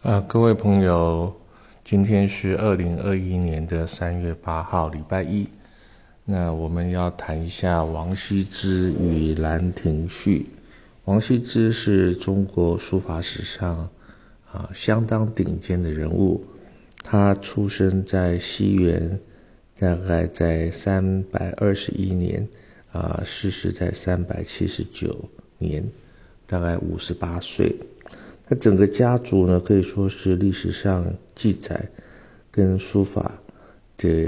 各位朋友，今天是2021年的3月8号，礼拜一。那我们要谈一下王羲之与兰亭序。王羲之是中国书法史上相当顶尖的人物。他出生在西元大概在321年，逝世在379年，大概58岁。他整个家族呢，可以说是历史上记载跟书法的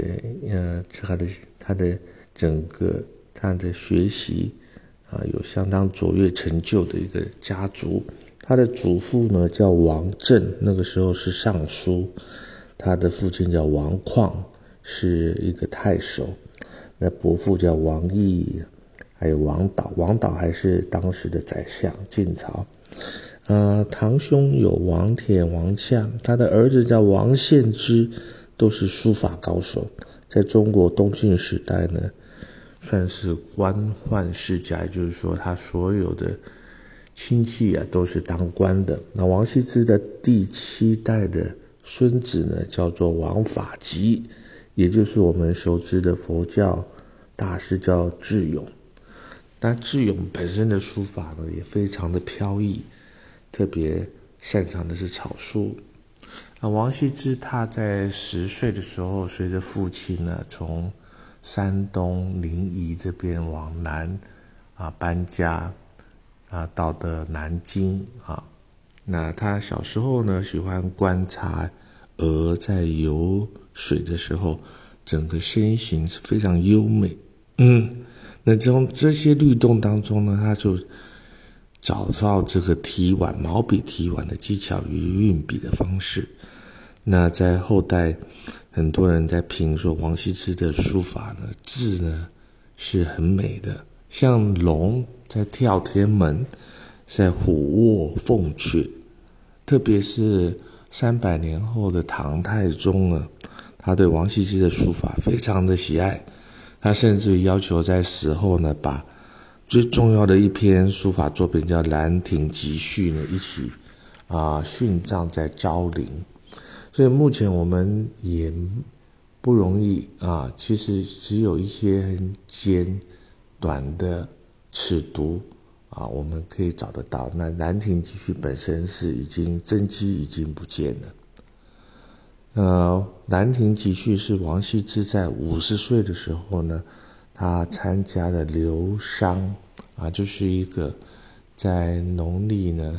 他的学习有相当卓越成就的一个家族。他的祖父呢叫王振，那个时候是尚书。他的父亲叫王旷，是一个太守。那伯父叫王毅，还有王导，王导还是当时的宰相，晋朝。堂兄有王恬、王绛，他的儿子叫王献之，都是书法高手。在中国东晋时代呢，算是官宦世家，也就是说他所有的亲戚都是当官的。那王羲之的第7代的孙子呢，叫做王法极，也就是我们熟知的佛教大师叫智勇。那智勇本身的书法呢，也非常的飘逸，特别擅长的是草书。王羲之他在10岁的时候，随着父亲呢，从山东临沂这边往南搬家到的南京那他小时候呢，喜欢观察鹅在游水的时候，整个身形是非常优美。那从这些律动当中呢，他就找到这个提碗毛笔提碗的技巧与运笔的方式。那在后代很多人在评说王羲之的书法呢，字呢是很美的，像龙在跳天门，在虎卧凤阙。特别是300年后的唐太宗呢，他对王羲之的书法非常的喜爱，他甚至要求在死后呢，把最重要的一篇书法作品叫《兰亭集序》呢，一起殉葬在昭陵。所以目前我们也不容易其实只有一些很简短的尺牍我们可以找得到。那《兰亭集序》本身是真迹已经不见了。《兰亭集序》是王羲之在50岁的时候呢，他参加了流觞就是一个在农历呢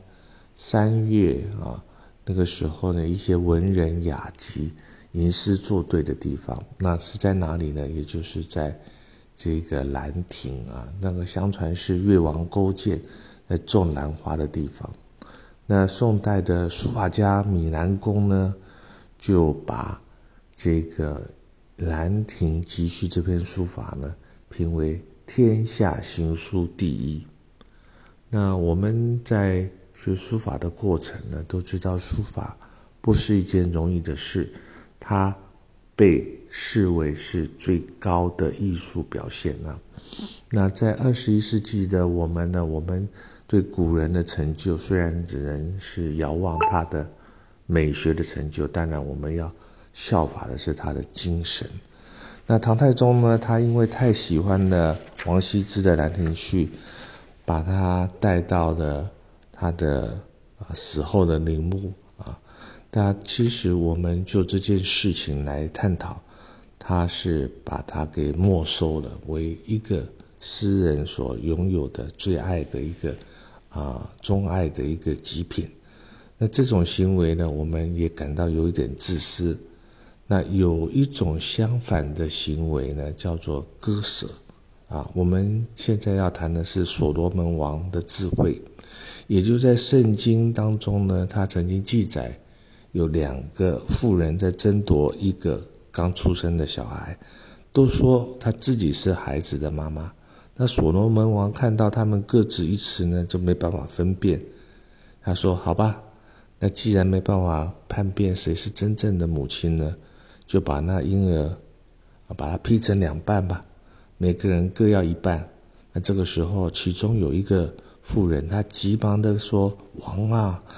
3月那个时候呢，一些文人雅集吟诗作对的地方。那是在哪里呢？也就是在这个兰亭那个相传是越王勾践在种兰花的地方。那宋代的书法家米南公呢，就把这个《兰亭集序》这篇书法呢，评为天下行书第一。那我们在学书法的过程呢，都知道书法不是一件容易的事，它被视为是最高的艺术表现那在21世纪的我们呢，我们对古人的成就虽然只能是遥望他的美学的成就，当然我们要效法的是他的精神。那唐太宗呢，他因为太喜欢了王羲之的《兰亭序》，把他带到了他的死后的陵墓但其实我们就这件事情来探讨，他是把它给没收了，为一个诗人所拥有的最爱的一个钟爱的一个极品。那这种行为呢，我们也感到有一点自私。那有一种相反的行为呢，叫做割舍我们现在要谈的是所罗门王的智慧。也就在圣经当中呢，他曾经记载有2个妇人在争夺一个刚出生的小孩，都说他自己是孩子的妈妈。那所罗门王看到他们各执一词呢，就没办法分辨。他说好吧，那既然没办法判辨谁是真正的母亲呢，就把那婴儿把它劈成2半吧，每个人各要1半。那这个时候其中有一个妇人，她急忙地说，王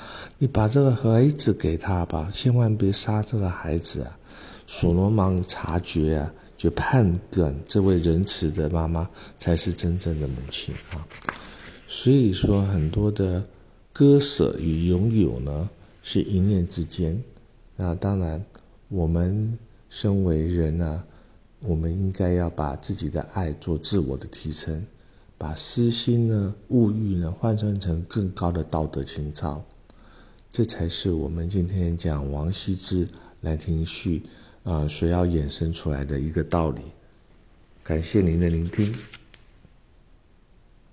你把这个孩子给他吧，千万别杀这个孩子啊。所罗门察觉啊，就判断这位仁慈的妈妈才是真正的母亲啊。所以说很多的割舍与拥有呢，是一念之间。那当然我们身为人啊，我们应该要把自己的爱做自我的提升，把私心呢、物欲呢换算成更高的道德情操，这才是我们今天讲王羲之《兰亭序》所要衍生出来的一个道理。感谢您的聆听。